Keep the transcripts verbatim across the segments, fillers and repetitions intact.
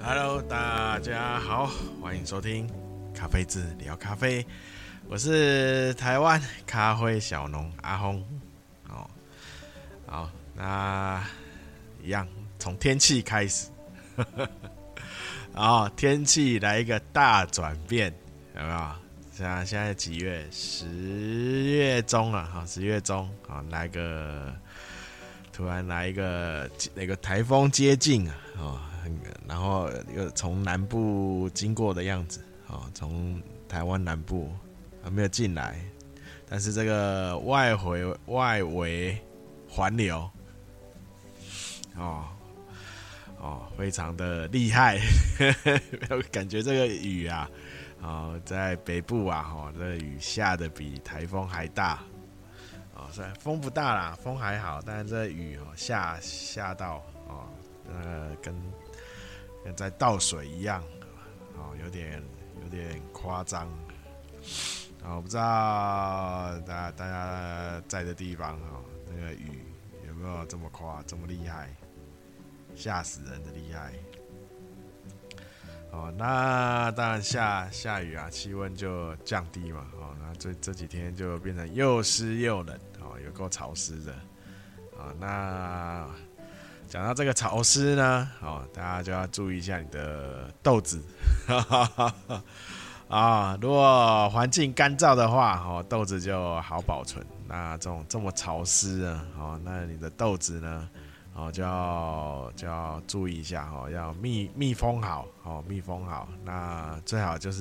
Hello， 大家好，欢迎收听咖啡志聊咖啡，我是台湾咖啡小农阿轰。哦，好，那一样从天气开始，哦，天气来一个大转变，有没有？像现在几月？十月中了，哈，十月中，好，来个突然来一个那个台风接近啊，哦。然后又从南部经过的样子，哦，从台湾南部还没有进来，但是这个外回外围环流，哦哦，非常的厉害，感觉这个雨啊，哦，在北部啊，哦，这个雨下的比台风还大，哦，虽然风不大啦，风还好，但是这雨哦下下到哦，呃，跟跟在倒水一样，哦，有点有点夸张。我不知道大家大家在的地方哦，那个雨有没有这么夸这么厉害，吓死人的厉害。哦，那当然下下雨啊，气温就降低嘛。哦，那这这几天就变成又湿又冷，哦，有够潮湿的。啊、哦，那。讲到这个潮湿呢，哦，大家就要注意一下你的豆子啊。如果环境干燥的话，哦，豆子就好保存。那这种这么潮湿啊，哦，那你的豆子呢，哦，就要就要注意一下，哦，要密密封好，哦，密封好。那最好就是。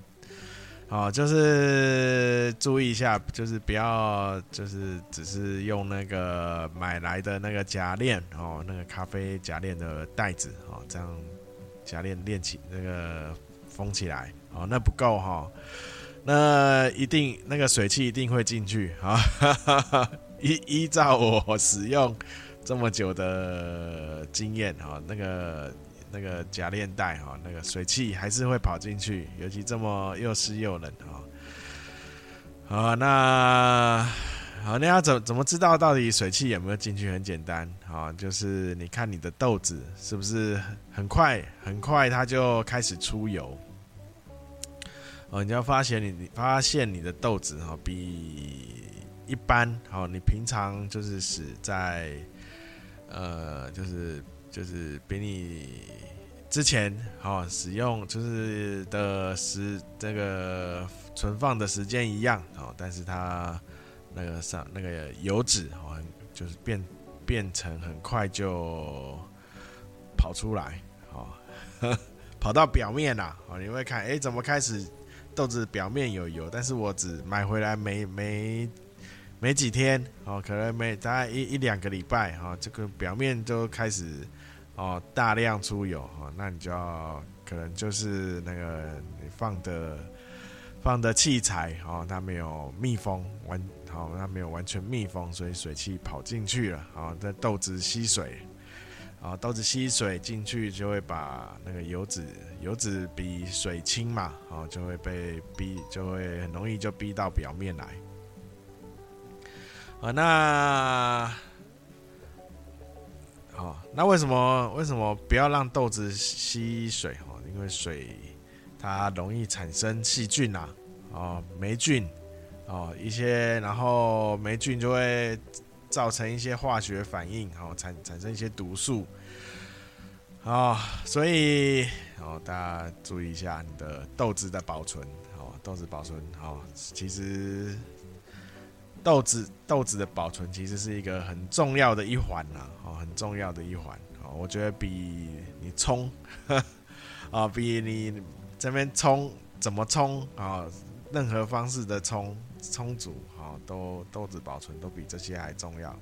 哦，就是注意一下，就是不要，就是只是用那个买来的那个夹链哦，那个咖啡夹链的袋子哦，这样夹链链起那个封起来哦，那不够哈、哦，那一定那个水汽一定会进去啊、哦。依依照我使用这么久的经验哦，那个。那个夹链袋哈，那个水汽还是会跑进去，尤其这么又湿又冷哈。好，那好，那要怎怎么知道到底水汽有没有进去？很简单，好，就是你看你的豆子是不是很快很快它就开始出油。哦，你要发现你你发现你的豆子哈比一般好，你平常就是使在呃就是。就是比你之前好、哦、使用就是的时这个存放的时间一样哦，但是它那个上那个油脂哦，就是变变成很快就跑出来哦，跑到表面啦哦，你会看哎怎么开始豆子表面有油，但是我只买回来没没。没几天哦，可能没大概一一两个礼拜哦，这个表面就开始哦大量出油哦，那你就要可能就是那个你放的放的器材哦，它没有密封完，好、哦，它没有完全密封，所以水汽跑进去了，好、哦，这豆子吸水，啊、哦，豆子吸水进去就会把那个油脂油脂比水轻嘛，哦，就会被逼，就会很容易就逼到表面来。啊，那好、哦，那为什么为什么不要让豆子吸水？哦，因为水它容易产生细菌啊，哦，霉菌，哦，一些，然后霉菌就会造成一些化学反应，哦，产产生一些毒素，哦，所以哦，大家注意一下你的豆子的保存，哦，豆子保存，哦，其实。豆子豆子的保存其实是一个很重要的一环啦，哦，很重要的一环，哦，我觉得比你冲，啊，比你这边冲怎么冲啊，任何方式的冲冲煮，啊，都豆子保存都比这些还重要。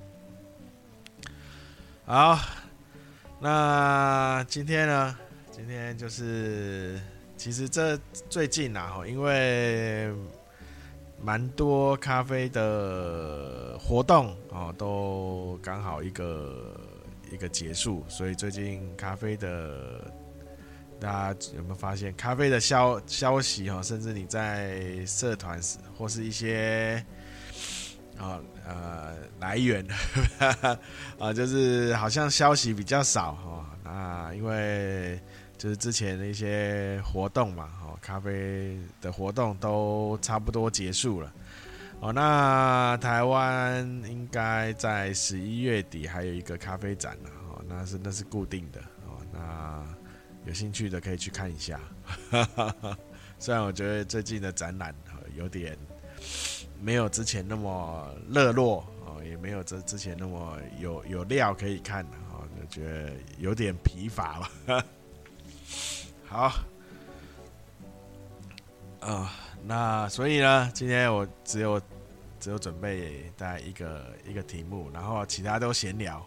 好，那今天呢？今天就是其实这最近啊，因为。蛮多咖啡的活动哦，都刚好一个一个结束，所以最近咖啡的大家有没有发现咖啡的消消息哦，甚至你在社团或是一些啊 呃, 呃来源啊，就是好像消息比较少哦。那因为就是之前的一些活动嘛，哦，咖啡的活动都差不多结束了。哦，那台湾应该在十一月底还有一个咖啡展呢，哦，那是那是固定的，哦，那有兴趣的可以去看一下。虽然我觉得最近的展览有点没有之前那么热络，哦，也没有之之前那么有有料可以看，哦，就觉得有点疲乏了。好，啊、呃，那所以呢，今天我只有只有准备大概一个一个题目，然后其他都闲聊。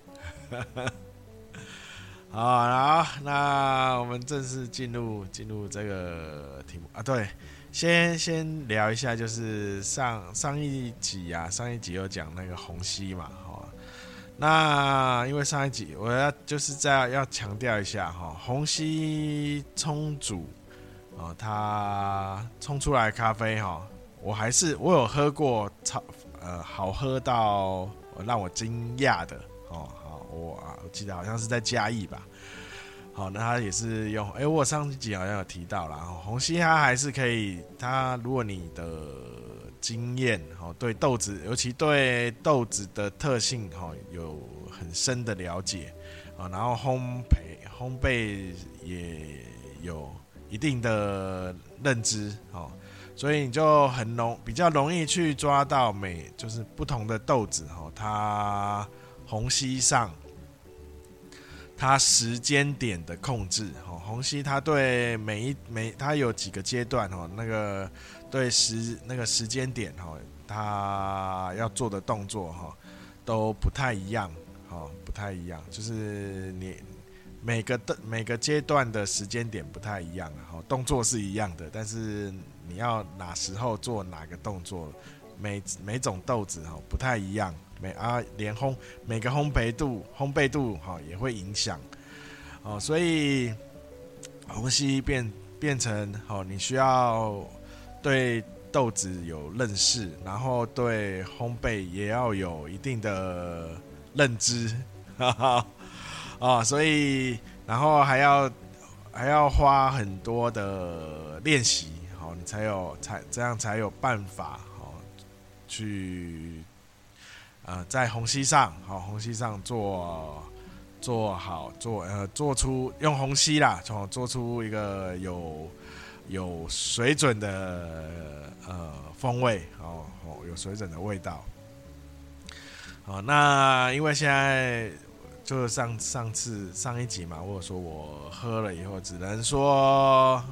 好，好，那我们正式进入进入这个题目啊。对，先先聊一下，就是上上一集啊，上一集有讲那个虹吸嘛，哦，那因为上一集我要就是在要强调一下哈，虹吸冲煮哦，它冲出来的咖啡哈，我还是我有喝过超呃好喝到让我惊讶的哦。好，我啊我记得好像是在嘉义吧。好，那它也是用，哎、欸，我上集好像有提到啦，虹吸它还是可以，它如果你的经验哦，对豆子，尤其对豆子的特性哦有很深的了解啊，然后烘焙烘焙也有一定的认知哦，所以你就很容比较容易去抓到每就是不同的豆子哦，它虹吸上。它时间点的控制，哦，虹吸它对每一每它有几个阶段哦，那个对时那个时间点哦，它要做的动作哈都不太一样，哦，不太一样，就是你每个的每个阶段的时间点不太一样啊，哦，动作是一样的，但是你要哪时候做哪个动作，每每种豆子哦不太一样。每啊，连烘每个烘焙度、烘焙度哈、哦、也会影响哦，所以虹吸变变成哦，你需要对豆子有认识，然后对烘焙也要有一定的认知，哈哈哦，所以然后还要还要花很多的练习，好、哦，你才有才这样才有办法哦去。呃，在虹吸上，好、哦，虹吸上做做好做呃做出用虹吸啦，从做出一个有有水准的呃风味，哦哦，有水准的味道。好、哦，那因为现在就上上次上一集嘛，我有说我喝了以后，只能说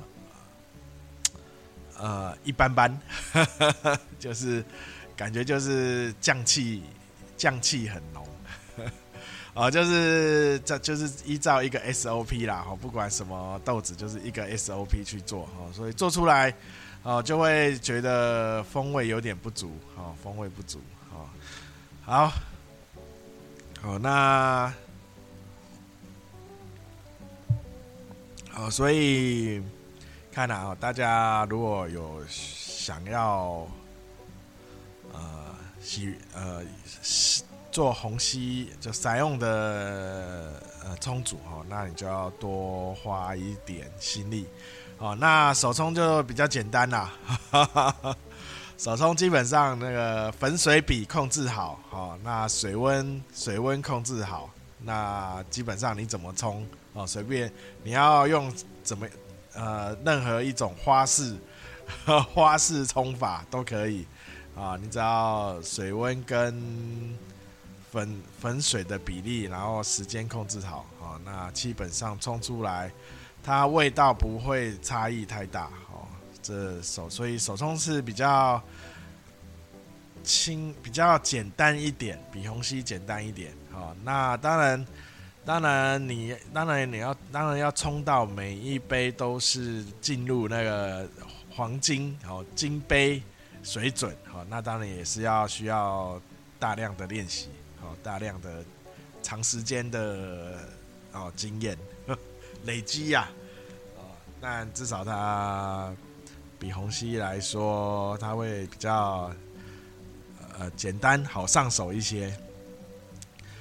呃一般般，就是感觉就是降气。降气很浓，哦，就是这就是依照一个 S O P 啦，不管什么豆子，就是一个 S O P 去做，所以做出来，哦，就会觉得风味有点不足，哦，风味不足，哦，好，好，那，好，所以看啊，大家如果有想要。呃，洗呃做虹吸就采用的呃冲煮哦，那你就要多花一点心力哦。那手冲就比较简单啦，手冲基本上那个粉水比控制好哦，那水温水温控制好，那基本上你怎么冲哦，随便你要用怎么呃任何一种花式花式冲法都可以。啊，你只要水温跟粉粉水的比例，然后时间控制好，哦，那基本上冲出来，它味道不会差异太大，哦，这手所以手冲是比较轻、比较简单一点，比虹吸简单一点，哦，那当然，当然你当然你要当然要冲到每一杯都是进入那个黄金哦金杯。水准好，那当然也是要需要大量的练习，好，大量的长时间的哦经验累积呀，哦，但至少它比虹吸来说，它会比较呃简单好上手一些。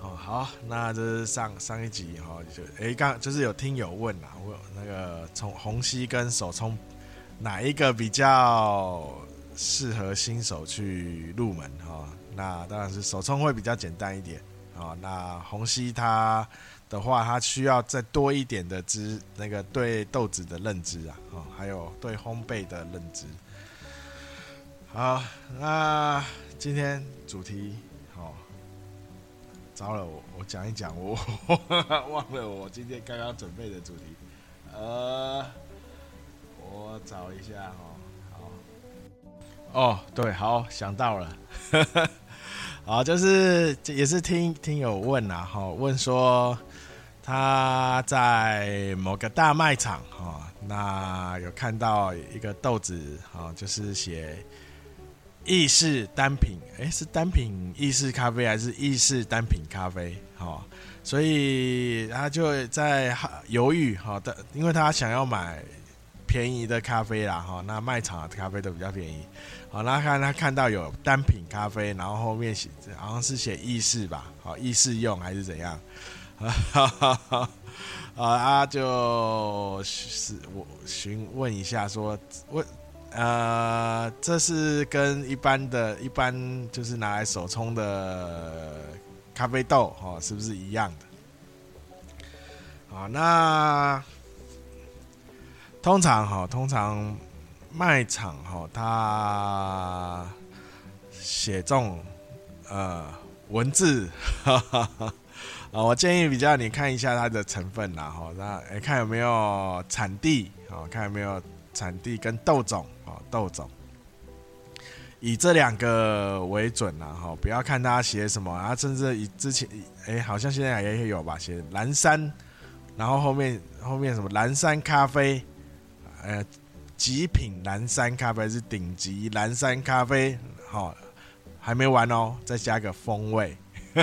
哦，好，那这是上上一集哈、哦，就哎刚就是有听友问啦，我那个从虹吸跟手冲哪一个比较适合新手去入门哈、哦？那当然是手冲会比较简单一点啊、哦。那虹吸它的话，它需要再多一点的知那个对豆子的认知啊，哦，还有对烘焙的认知。好，那今天主题好，糟了，我我讲一讲，我忘了我今天刚刚准备的主题，呃，我找一下哈，好，哦，对，好，想到了，好，就是也是听听友问啊，哈，问说他在某个大卖场哈，那有看到一个豆子哈，就是写。意式单品，哎，是单品意式咖啡还是意式单品咖啡？哦，所以他就在犹豫哈的，因为他想要买便宜的咖啡啦哈，那卖场的咖啡都比较便宜。好，那看他看到有单品咖啡，然后后面写好像是写意式吧，好意式用还是怎样？啊，他就是我询问一下说问。呃，这是跟一般的、一般就是拿来手冲的咖啡豆哦，是不是一样的？好，那通常哈，通常卖场哈，它写这种呃文字，哈哈哈。啊，我建议比较你看一下它的成分啦，哈，那哎看有没有产地，哦，看有没有产地跟豆种。豆种以这两个为准啦，哈，不要看他写什么，啊，甚至以之前，哎，好像现在也有吧，写蓝山，然后后面后面什么蓝山咖啡，呃，极品蓝山咖啡是顶级蓝山咖啡，好，还没完哦，再加个风味，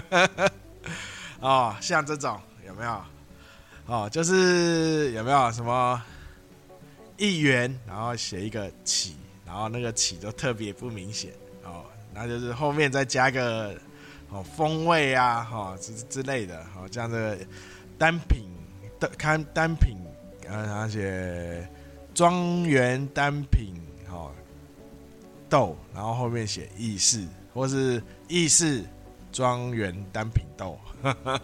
哦，像这种有没有？哦，就是有没有什么？一元，然后写一个起，然后那个起就特别不明显哦，那就是后面再加个哦风味啊，哈、哦、之之类的，哦这样的单品的看单品，呃而且庄园单品哦豆，然后后面写意式或是意式庄园单品豆。呵呵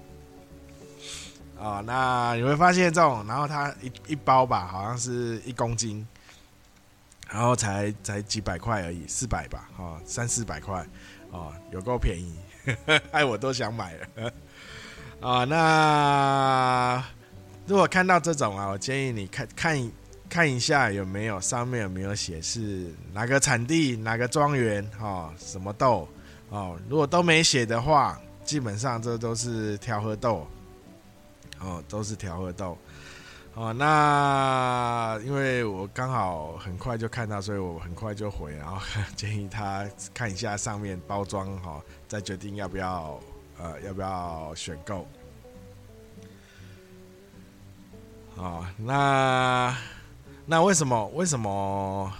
哦，那你会发现这种，然后它一一包吧，好像是一公斤，然后才才几百块而已，四百吧，哦，三四百块，哦，有够便宜，害我都想买了。啊、哦，那如果看到这种啊，我建议你看看看一下有没有上面有没有写是哪个产地、哪个庄园，哦，什么豆，哦，如果都没写的话，基本上这都是调和豆。哦，都是调和豆，哦，那因为我刚好很快就看到，所以我很快就回，然后建议他看一下上面包装，哈、哦，再决定要不要，呃，要不要选购。哦，那那为什么为什么，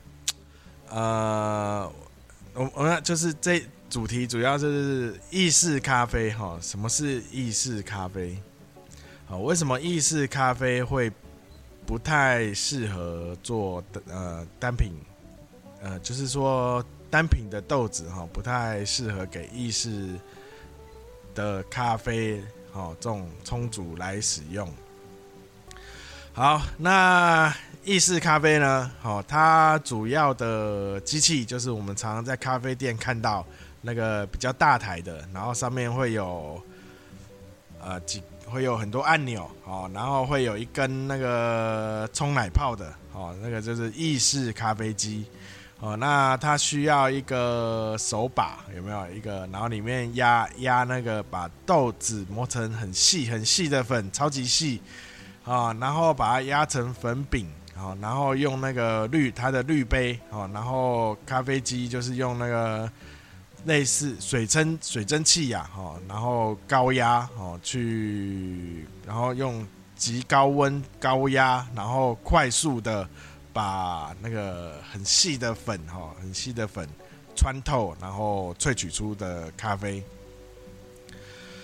呃，我我们就是这主题主要就是意式咖啡，哈、哦，什么是意式咖啡？好，为什么意式咖啡会不太适合做呃单品？呃，就是说单品的豆子哈、哦，不太适合给意式的咖啡哦这种冲煮来使用。好，那意式咖啡呢？好、哦，它主要的机器就是我们常常在咖啡店看到那个比较大台的，然后上面会有呃几。会有很多按钮哦，然后会有一根那个冲奶泡的哦，那个就是意式咖啡机哦。那它需要一个手把，有没有一个？然后里面压压那个，把豆子磨成很细很细的粉，超级细啊、哦，然后把它压成粉饼哦，然后用那个滤它的滤杯哦，然后咖啡机就是用那个。类似水蒸水蒸气呀、啊，哦，然后高压哦去，然后用极高温高压，然后快速的把那个很细的粉哈、哦，很细的粉穿透，然后萃取出的咖啡。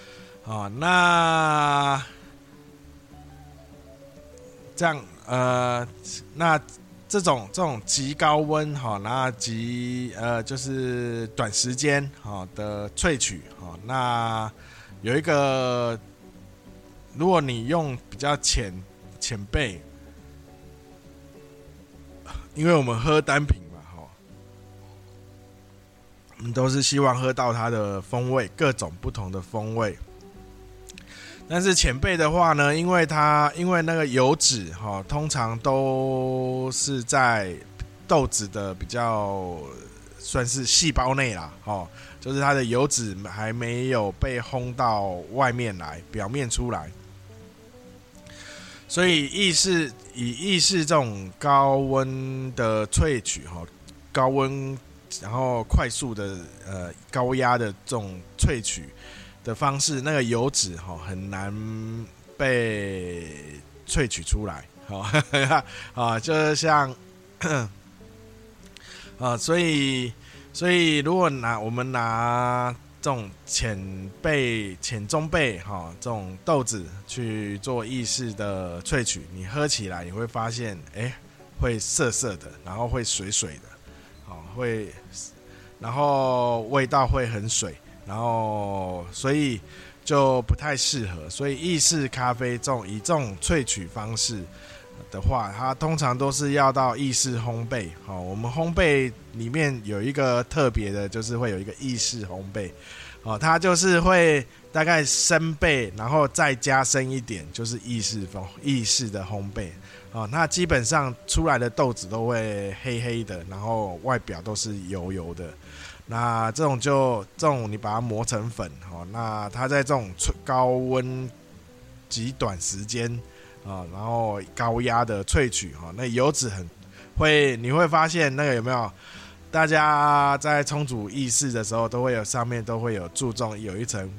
哦，那这样呃，那这种这种极高温哈，那极呃就是短时间哈的萃取哈，那有一个，如果你用比较浅浅焙，因为我们喝单品嘛哈，我们都是希望喝到它的风味，各种不同的风味。但是浅焙的话呢，因为它因为那个油脂哈，通常都是在豆子的比较算是细胞内啦，哈，就是它的油脂还没有被烘到外面来，表面出来。所以意式以意式这种高温的萃取哈，高温然后快速的呃高压的这种萃取的方式，那个油脂哈很难被萃取出来，哈啊，就是像啊，所以所以如果拿我们拿这种浅焙、浅中焙哈这种豆子去做意式的萃取，你喝起来你会发现，哎、欸，会涩涩的，然后会水水的，好会，然后味道会很水。然后，所以就不太适合。所以意式咖啡这种以这种萃取方式的话，它通常都是要到意式烘焙。好，我们烘焙里面有一个特别的，就是会有一个意式烘焙。哦，它就是会大概深焙，然后再加深一点，就是意式风意式的烘焙。哦，那基本上出来的豆子都会黑黑的，然后外表都是油油的。那这种就这种你把它磨成粉，哦，那它在这种高温极短时间啊，然后高压的萃取，哈，那油脂很会，你会发现那个有没有？大家在冲煮意式的时候，都会有上面都会有注重有一层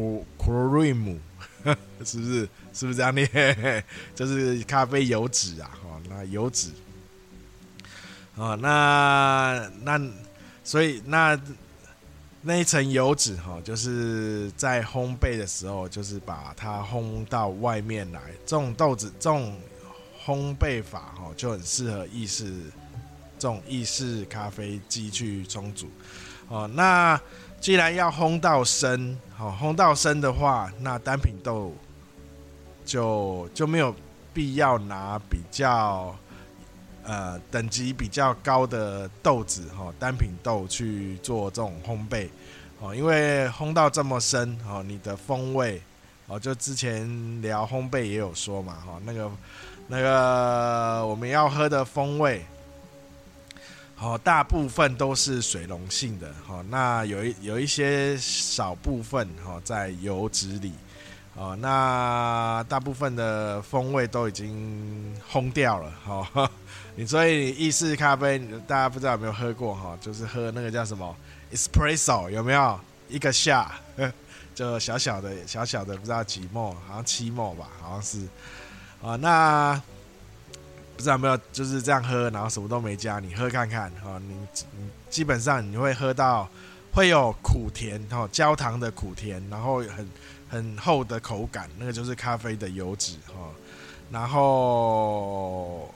cream， 是不是？是不是这样念？就是咖啡油脂啊，哦，那油脂，哦，那那。所以那那一层油脂哈，就是在烘焙的时候，就是把它烘到外面来。这种豆子这种烘焙法哈，就很适合意式这种意式咖啡机去冲煮。哦，那既然要烘到深，好烘到深的话，那单品豆就就没有必要拿比较。呃，等级比较高的豆子哈，单品豆去做这种烘焙哦，因为烘到这么深哦，你的风味哦，就之前聊烘焙也有说嘛哈，那个那个我们要喝的风味，哦，大部分都是水溶性的哈，那有一有一些少部分哈在油脂里。哦，那大部分的风味都已经烘掉了，哦，你所以意式咖啡，大家不知道有没有喝过哈？就是喝那个叫什么 espresso， 有没有？一个下，就小小的小小的，不知道几沫，好像七沫吧，好像是。啊，那不知道有没有就是这样喝，然后什么都没加，你喝看看，哈，你你基本上你会喝到会有苦甜，哈，焦糖的苦甜，然后很。很厚的口感，那个就是咖啡的油脂哈，然后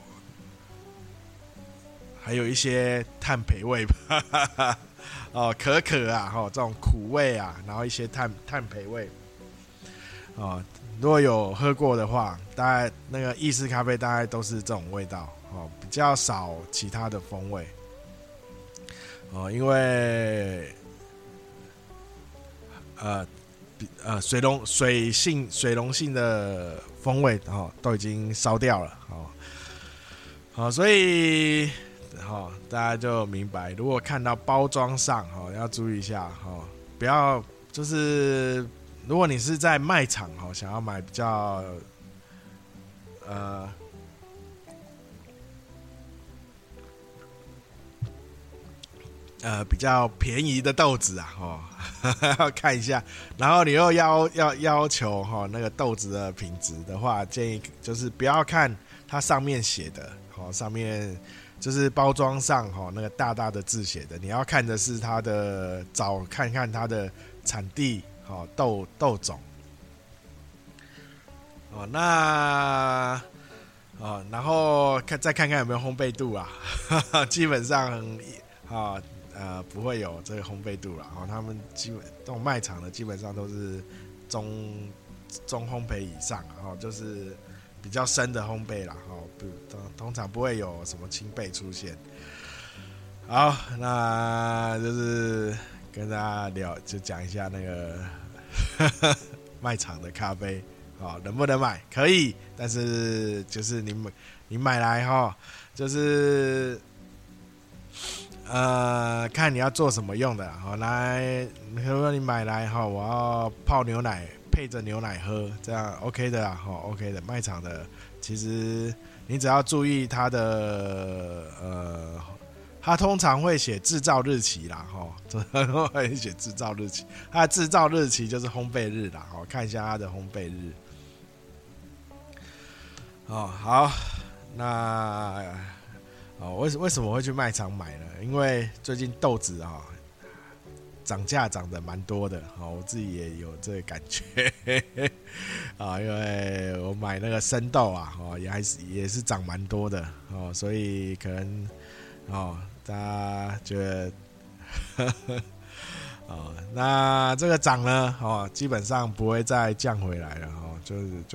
还有一些碳焙味吧，哦，可可啊，哈，这种苦味啊，然后一些碳碳焙味，哦，如果有喝过的话，大概那个意式咖啡大概都是这种味道，哦，比较少其他的风味，哦，因为呃。呃，水溶水性水溶性的风味哦，都已经烧掉了哦，好，所以好，大家就明白，如果看到包装上哦，要注意一下哦，不要就是如果你是在卖场哦，想要买比较呃。呃，比较便宜的豆子啊，哦，要看一下。然后你又要要要求哈、哦、那个豆子的品质的话，建议就是不要看它上面写的，哦，上面就是包装上哈、哦、那个大大的字写的，你要看的是它的，找看看它的产地，哦，豆豆种， 哦，那哦，然后看再看看有没有烘焙度啊，基本上啊呃不会有这个烘焙度啦。哦，他们基本这种卖场的基本上都是中中烘焙以上，哦，就是比较深的烘焙啦，哦，不通常不会有什么轻焙出现。好，那就是跟大家聊，就讲一下那个卖场的咖啡。哦，能不能买？可以，但是就是你你买来哈，就是呃看你要做什么用的。好，来，比如说你买来哈，我要泡牛奶配着牛奶喝，这样 OK 的啦，哈 OK 的。卖场的其实你只要注意它的呃，它通常会写制造日期啦，哈，会写制造日期，它的制造日期就是烘焙日啦，好，看一下它的烘焙日。哦，好，那哦，为为什么会去卖场买呢？因为最近豆子啊、哦、涨价涨得蛮多的，哦，我自己也有这个感觉啊，因为我买那个生豆啊，哦，也还是也是涨蛮多的哦，所以可能哦，大家觉得哦，那这个涨呢，哦，基本上不会再降回来了，哦，就是就是。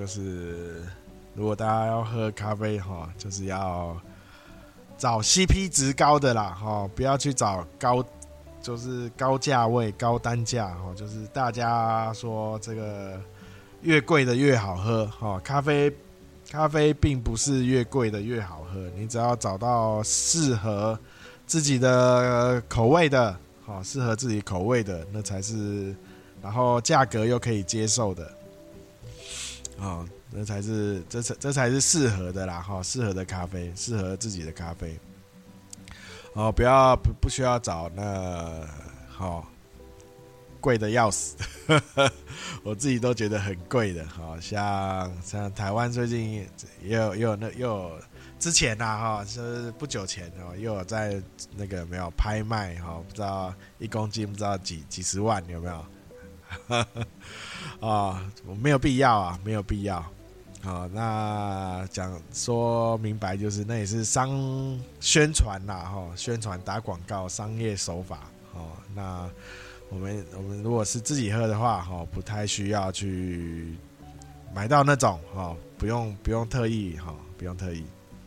如果大家要喝咖啡哈，就是要找 C P 值高的啦哈，不要去找高，就是高价位、高单价哈，就是大家说这个越贵的越好喝哈。咖啡咖啡并不是越贵的越好喝，你只要找到适合自己的口味的，哈，适合自己口味的那才是，然后价格又可以接受的，啊。这才是这才这才是适合的啦，哈，适合的咖啡，适合自己的咖啡。哦，不要不不需要找那好贵的要死，我自己都觉得很贵的，好像像台湾最近也有也有那又有之前呐、啊、哈，就是不久前哦，又有在那个没有拍卖哈，不知道一公斤不知道几几十万有没有？啊、哦，没有必要啊，没有必要。好，那讲说明白就是那也是商宣传啦，哈，宣传打广告，商业手法。哦，那我们我们如果是自己喝的话，哈，不太需要去买到那种，哈，不用不用特意，哈，不用特意。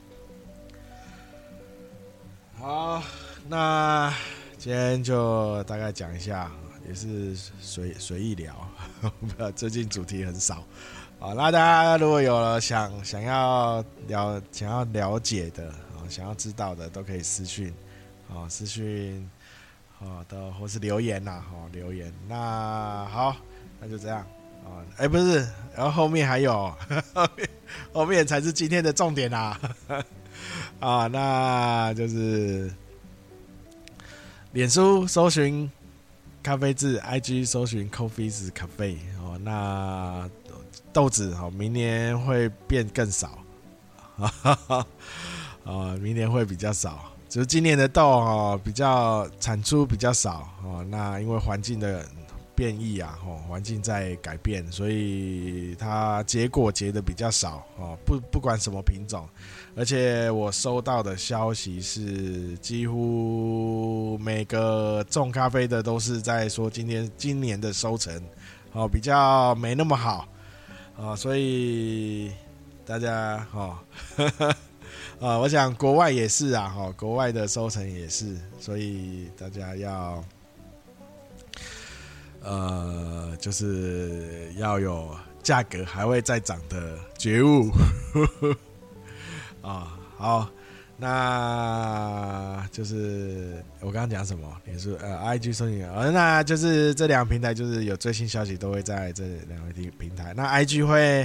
好，那今天就大概讲一下，也是随随意聊，最近主题很少。好，那大家如果有了想想要了想要了解的，哦，想要知道的，都可以私讯，哦，私讯，哦的或是留言呐，哦留言。那好，那就这样，哦，哎不是，然后后面还有，后面才是今天的重点啦，啊，那就是脸书搜寻咖啡字 ，I G 搜寻 Coffee's Cafe， 哦，那。豆子哈，明年会变更少，啊，明年会比较少，就是今年的豆哈比较产出比较少哦，那因为环境的变异啊，哦，环境在改变，所以它结果结的比较少哦，不不管什么品种，而且我收到的消息是，几乎每个种咖啡的都是在说今天今年的收成哦比较没那么好。哦，所以大家哦，啊，我想国外也是啊，哈，国外的收成也是，所以大家要，呃，就是要有价格还会再涨的觉悟，啊，好，那就是我刚刚讲什么？脸书呃 I G 搜寻，呃，那就是这两个平台，就是有最新消息都会在这两个平台。那 I G 会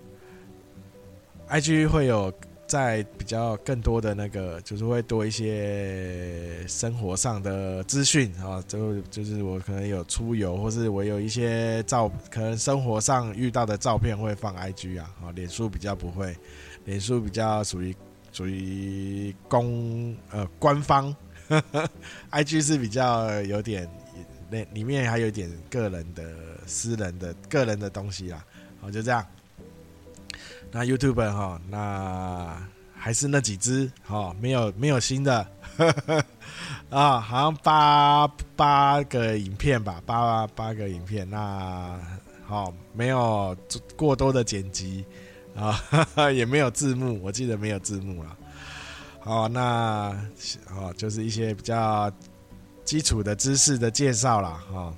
，I G 会有在比较更多的那个，就是会多一些生活上的资讯啊，就就是我可能有出游，或是我有一些照，可能生活上遇到的照片会放 I G 啊，啊，脸书比较不会，脸书比较属于。属于公呃官方呵呵 ，I G 是比较有点那里面还有一点个人的、私人的、个人的东西啦。好，就这样。 那 YouTube 哈，那还是那几支哈，没有没有新的啊，好像八八个影片吧，八八个影片，那好没有过多的剪辑啊，也没有字幕，我记得没有字幕了。好，那哦就是一些比较基础的知识的介绍啦，哈。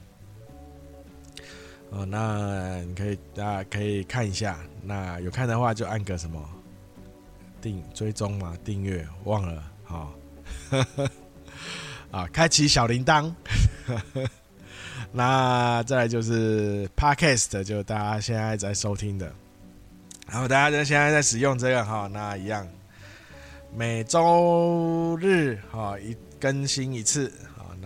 哦，那你可以大家可以看一下，那有看的话就按个什么订追踪嘛，订阅忘了，好、哦，啊，开启小铃铛。那再来就是 Podcast， 就大家现在在收听的，然后大家就现在在使用这个哈，那一样，每周日哈一更新一次，好，那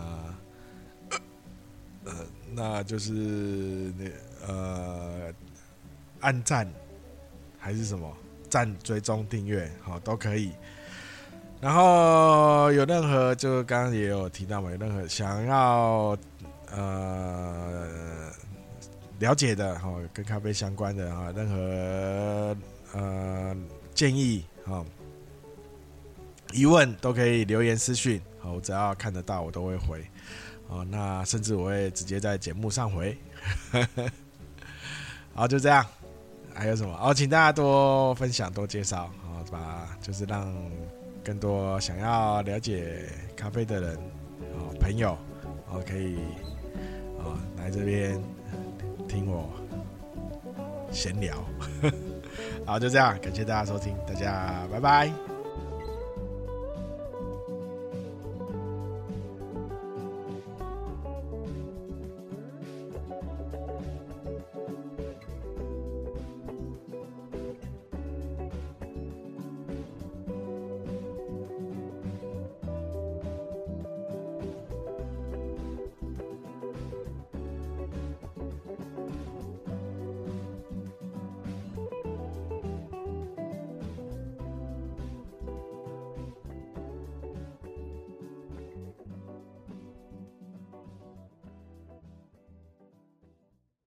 呃那就是那呃按赞还是什么赞追踪订阅好都可以。然后有任何就刚刚也有提到嘛，有任何想要呃了解的哈，跟咖啡相关的哈，任何呃建议哈、疑问都可以留言私讯，好，我只要看得到我都会回，哦，那甚至我会直接在节目上回。好，就这样。还有什么？哦，请大家多分享、多介绍，好，把就是让更多想要了解咖啡的人、哦朋友，哦可以哦来这边听我闲聊。好，就这样，感谢大家收听，大家拜拜。